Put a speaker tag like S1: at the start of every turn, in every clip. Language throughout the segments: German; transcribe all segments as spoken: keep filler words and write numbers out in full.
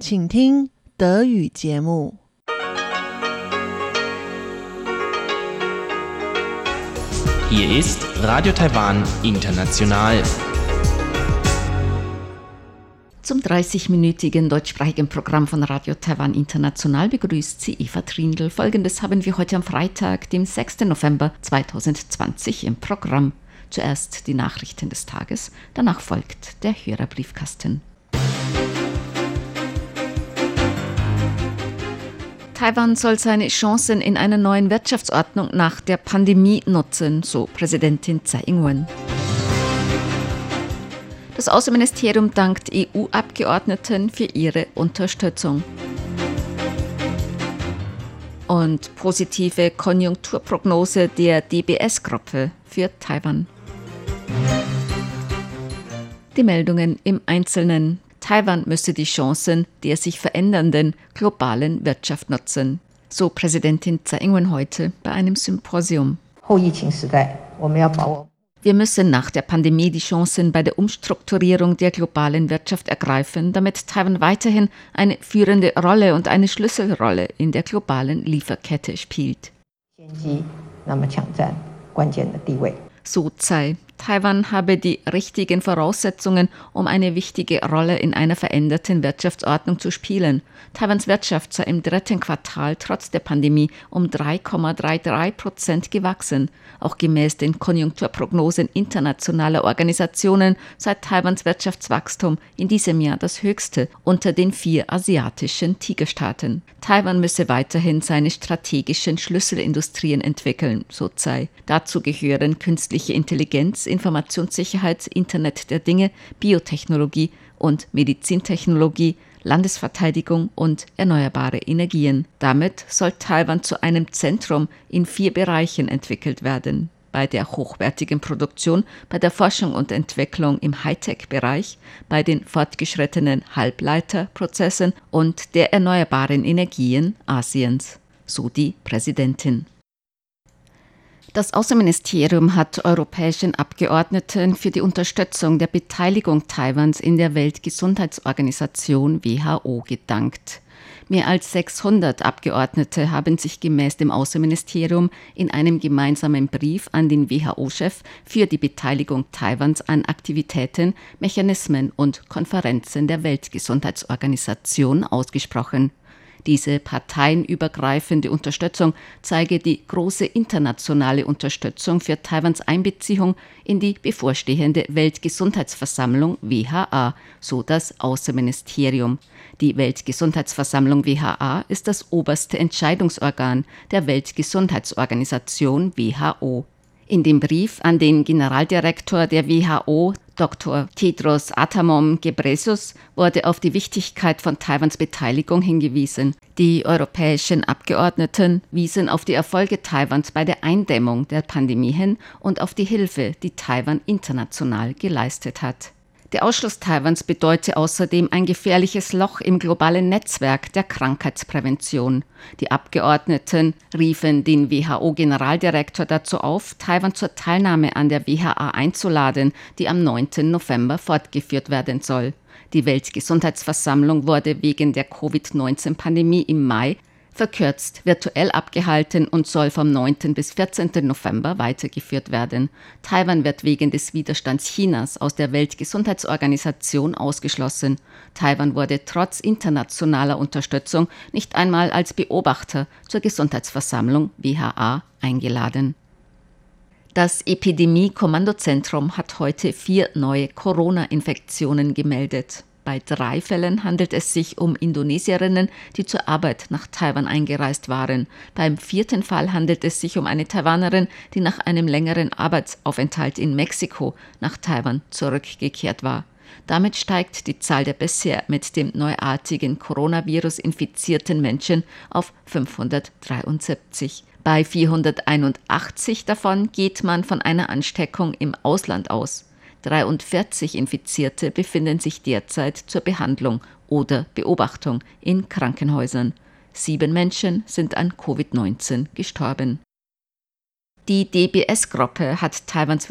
S1: 请听德语节目。
S2: Hier ist Radio Taiwan International.
S3: Zum dreißigminütigen deutschsprachigen Programm von Radio Taiwan International begrüßt sie Eva Trindl. Folgendes haben wir heute am Freitag, dem sechsten November zweitausendzwanzig im Programm. Zuerst die Nachrichten des Tages, danach folgt der Hörerbriefkasten. Taiwan soll seine Chancen in einer neuen Wirtschaftsordnung nach der Pandemie nutzen, so Präsidentin Tsai Ing-wen. Das Außenministerium dankt E U-Abgeordneten für ihre Unterstützung. Und positive Konjunkturprognose der D B S-Gruppe für Taiwan. Die Meldungen im Einzelnen. Taiwan müsse die Chancen der sich verändernden globalen Wirtschaft nutzen, so Präsidentin Tsai Ing-wen heute bei einem Symposium. Wir müssen nach der Pandemie die Chancen bei der Umstrukturierung der globalen Wirtschaft ergreifen, damit Taiwan weiterhin eine führende Rolle und eine Schlüsselrolle in der globalen Lieferkette spielt. So Tsai. Taiwan habe die richtigen Voraussetzungen, um eine wichtige Rolle in einer veränderten Wirtschaftsordnung zu spielen. Taiwans Wirtschaft sei im dritten Quartal trotz der Pandemie um drei Komma dreiunddreißig Prozent gewachsen. Auch gemäß den Konjunkturprognosen internationaler Organisationen sei Taiwans Wirtschaftswachstum in diesem Jahr das höchste unter den vier asiatischen Tigerstaaten. Taiwan müsse weiterhin seine strategischen Schlüsselindustrien entwickeln, so Tsai. Dazu gehören künstliche Intelligenz, Informationssicherheit, Internet der Dinge, Biotechnologie und Medizintechnologie, Landesverteidigung und erneuerbare Energien. Damit soll Taiwan zu einem Zentrum in vier Bereichen entwickelt werden. Bei der hochwertigen Produktion, bei der Forschung und Entwicklung im Hightech-Bereich, bei den fortgeschrittenen Halbleiterprozessen und der erneuerbaren Energien Asiens, so die Präsidentin. Das Außenministerium hat europäischen Abgeordneten für die Unterstützung der Beteiligung Taiwans in der Weltgesundheitsorganisation W H O gedankt. Mehr als sechshundert Abgeordnete haben sich gemäß dem Außenministerium in einem gemeinsamen Brief an den W H O-Chef für die Beteiligung Taiwans an Aktivitäten, Mechanismen und Konferenzen der Weltgesundheitsorganisation ausgesprochen. Diese parteienübergreifende Unterstützung zeige die große internationale Unterstützung für Taiwans Einbeziehung in die bevorstehende Weltgesundheitsversammlung W H A, so das Außenministerium. Die Weltgesundheitsversammlung W H A ist das oberste Entscheidungsorgan der Weltgesundheitsorganisation W H O. In dem Brief an den Generaldirektor der W H O, Doktor Tedros Adhanom Ghebreyesus, wurde auf die Wichtigkeit von Taiwans Beteiligung hingewiesen. Die europäischen Abgeordneten wiesen auf die Erfolge Taiwans bei der Eindämmung der Pandemie hin und auf die Hilfe, die Taiwan international geleistet hat. Der Ausschluss Taiwans bedeute außerdem ein gefährliches Loch im globalen Netzwerk der Krankheitsprävention. Die Abgeordneten riefen den W H O-Generaldirektor dazu auf, Taiwan zur Teilnahme an der W H A einzuladen, die am neunten November fortgeführt werden soll. Die Weltgesundheitsversammlung wurde wegen der Covid neunzehn Pandemie im Mai verkürzt virtuell abgehalten und soll vom neunten bis vierzehnten November weitergeführt werden. Taiwan wird wegen des Widerstands Chinas aus der Weltgesundheitsorganisation ausgeschlossen. Taiwan wurde trotz internationaler Unterstützung nicht einmal als Beobachter zur Gesundheitsversammlung W H A eingeladen. Das Epidemie-Kommandozentrum hat heute vier neue Corona-Infektionen gemeldet. Bei drei Fällen handelt es sich um Indonesierinnen, die zur Arbeit nach Taiwan eingereist waren. Beim vierten Fall handelt es sich um eine Taiwanerin, die nach einem längeren Arbeitsaufenthalt in Mexiko nach Taiwan zurückgekehrt war. Damit steigt die Zahl der bisher mit dem neuartigen Coronavirus infizierten Menschen auf fünfhundertdreiundsiebzig. Bei vierhunderteinundachtzig davon geht man von einer Ansteckung im Ausland aus. dreiundvierzig Infizierte befinden sich derzeit zur Behandlung oder Beobachtung in Krankenhäusern. Sieben Menschen sind an Covid neunzehn gestorben. Die D B S-Gruppe hat Taiwans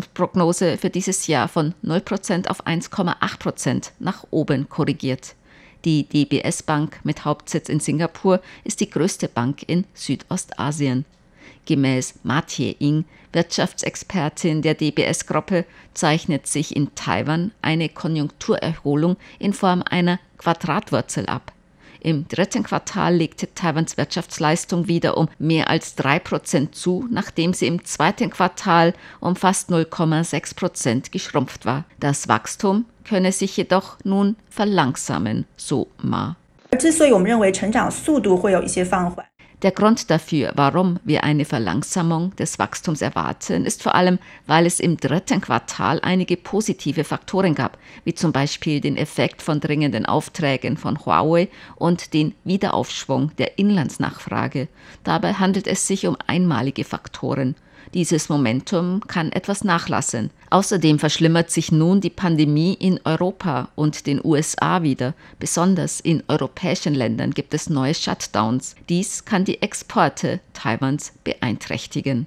S3: Wirtschaftswachstumsprognose für dieses Jahr von null Prozent auf eins Komma acht Prozent nach oben korrigiert. Die D B S Bank mit Hauptsitz in Singapur ist die größte Bank in Südostasien. Gemäß Ma Tie-ing, Wirtschaftsexpertin der D B S-Gruppe, zeichnet sich in Taiwan eine Konjunkturerholung in Form einer Quadratwurzel ab. Im dritten Quartal legte Taiwans Wirtschaftsleistung wieder um mehr als drei Prozent zu, nachdem sie im zweiten Quartal um fast null Komma sechs Prozent geschrumpft war. Das Wachstum könne sich jedoch nun verlangsamen, so Ma. Der Grund dafür, warum wir eine Verlangsamung des Wachstums erwarten, ist vor allem, weil es im dritten Quartal einige positive Faktoren gab, wie zum Beispiel den Effekt von dringenden Aufträgen von Huawei und den Wiederaufschwung der Inlandsnachfrage. Dabei handelt es sich um einmalige Faktoren. Dieses Momentum kann etwas nachlassen. Außerdem verschlimmert sich nun die Pandemie in Europa und den U S A wieder. Besonders in europäischen Ländern gibt es neue Shutdowns. Dies kann die Exporte Taiwans beeinträchtigen.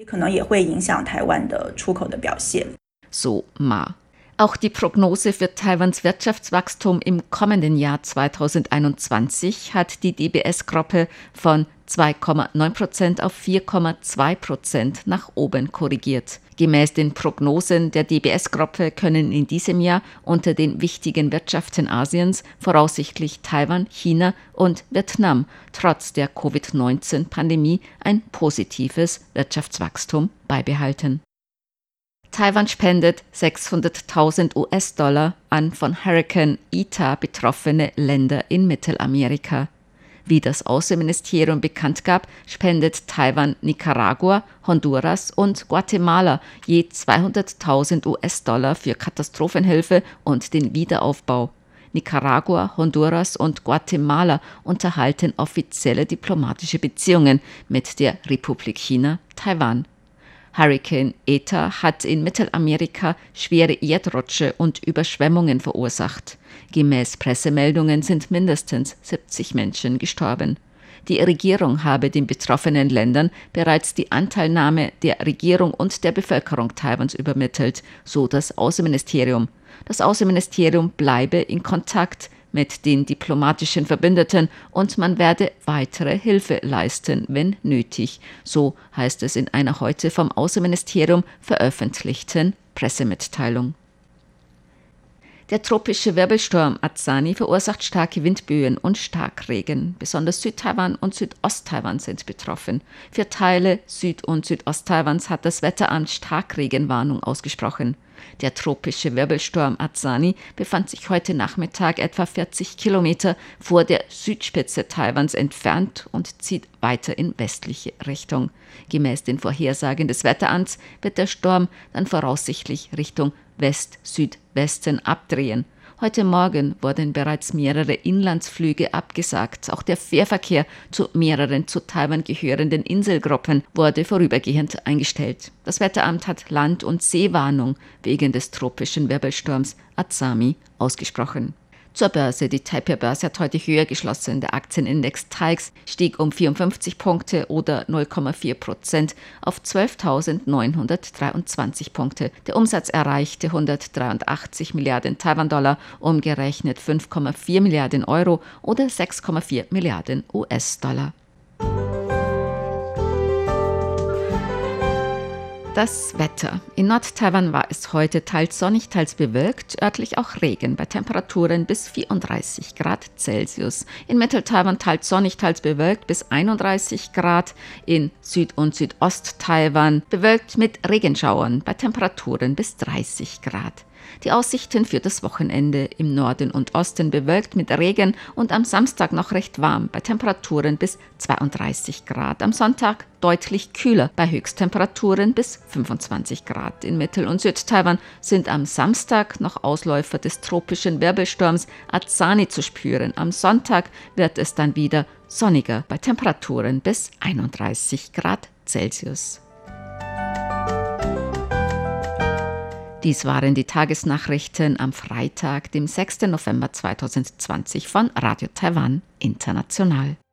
S3: So Ma. Auch die Prognose für Taiwans Wirtschaftswachstum im kommenden Jahr zweitausendeinundzwanzig hat die D B S-Gruppe von zwei Komma neun Prozent auf vier Komma zwei Prozent nach oben korrigiert. Gemäß den Prognosen der D B S-Gruppe können in diesem Jahr unter den wichtigen Wirtschaften Asiens voraussichtlich Taiwan, China und Vietnam trotz der Covid neunzehn Pandemie ein positives Wirtschaftswachstum beibehalten. Taiwan spendet sechshunderttausend U S-Dollar an von Hurrikan Eta betroffene Länder in Mittelamerika. Wie das Außenministerium bekannt gab, spendet Taiwan Nicaragua, Honduras und Guatemala je zweihunderttausend U S-Dollar für Katastrophenhilfe und den Wiederaufbau. Nicaragua, Honduras und Guatemala unterhalten offizielle diplomatische Beziehungen mit der Republik China, Taiwan. Hurrikan Eta hat in Mittelamerika schwere Erdrutsche und Überschwemmungen verursacht. Gemäß Pressemeldungen sind mindestens siebzig Menschen gestorben. Die Regierung habe den betroffenen Ländern bereits die Anteilnahme der Regierung und der Bevölkerung Taiwans übermittelt, so das Außenministerium. Das Außenministerium bleibe in Kontakt mit den diplomatischen Verbündeten und man werde weitere Hilfe leisten, wenn nötig. So heißt es in einer heute vom Außenministerium veröffentlichten Pressemitteilung. Der tropische Wirbelsturm Atsani verursacht starke Windböen und Starkregen. Besonders Südtaiwan und Südosttaiwan sind betroffen. Für Teile Süd- und Südosttaiwans hat das Wetteramt Starkregenwarnung ausgesprochen. Der tropische Wirbelsturm Atsani befand sich heute Nachmittag etwa vierzig Kilometer vor der Südspitze Taiwans entfernt und zieht weiter in westliche Richtung. Gemäß den Vorhersagen des Wetteramts wird der Sturm dann voraussichtlich Richtung West-Südwesten abdrehen. Heute Morgen wurden bereits mehrere Inlandsflüge abgesagt. Auch der Fährverkehr zu mehreren zu Taiwan gehörenden Inselgruppen wurde vorübergehend eingestellt. Das Wetteramt hat Land- und Seewarnung wegen des tropischen Wirbelsturms Atsani ausgesprochen. Zur Börse. Die Taipei-Börse hat heute höher geschlossen. Der Aktienindex T A I X stieg um vierundfünfzig Punkte oder null Komma vier Prozent auf zwölftausendneunhundertdreiundzwanzig Punkte. Der Umsatz erreichte hundertdreiundachtzig Milliarden Taiwan-Dollar, umgerechnet fünf Komma vier Milliarden Euro oder sechs Komma vier Milliarden U S-Dollar. Das Wetter. In Nord-Taiwan war es heute teils sonnig, teils bewölkt, örtlich auch Regen bei Temperaturen bis vierunddreißig Grad Celsius. In Mittel-Taiwan teils sonnig, teils bewölkt bis einunddreißig Grad. In Süd- und Südost-Taiwan bewölkt mit Regenschauern bei Temperaturen bis dreißig Grad. Die Aussichten für das Wochenende: im Norden und Osten bewölkt mit Regen und am Samstag noch recht warm bei Temperaturen bis zweiunddreißig Grad. Am Sonntag deutlich kühler bei Höchsttemperaturen bis fünfundzwanzig Grad. In Mittel- und Südtaiwan sind am Samstag noch Ausläufer des tropischen Wirbelsturms Atsani zu spüren. Am Sonntag wird es dann wieder sonniger bei Temperaturen bis einunddreißig Grad Celsius. Dies waren die Tagesnachrichten am Freitag, dem sechsten November zweitausendzwanzig von Radio Taiwan International.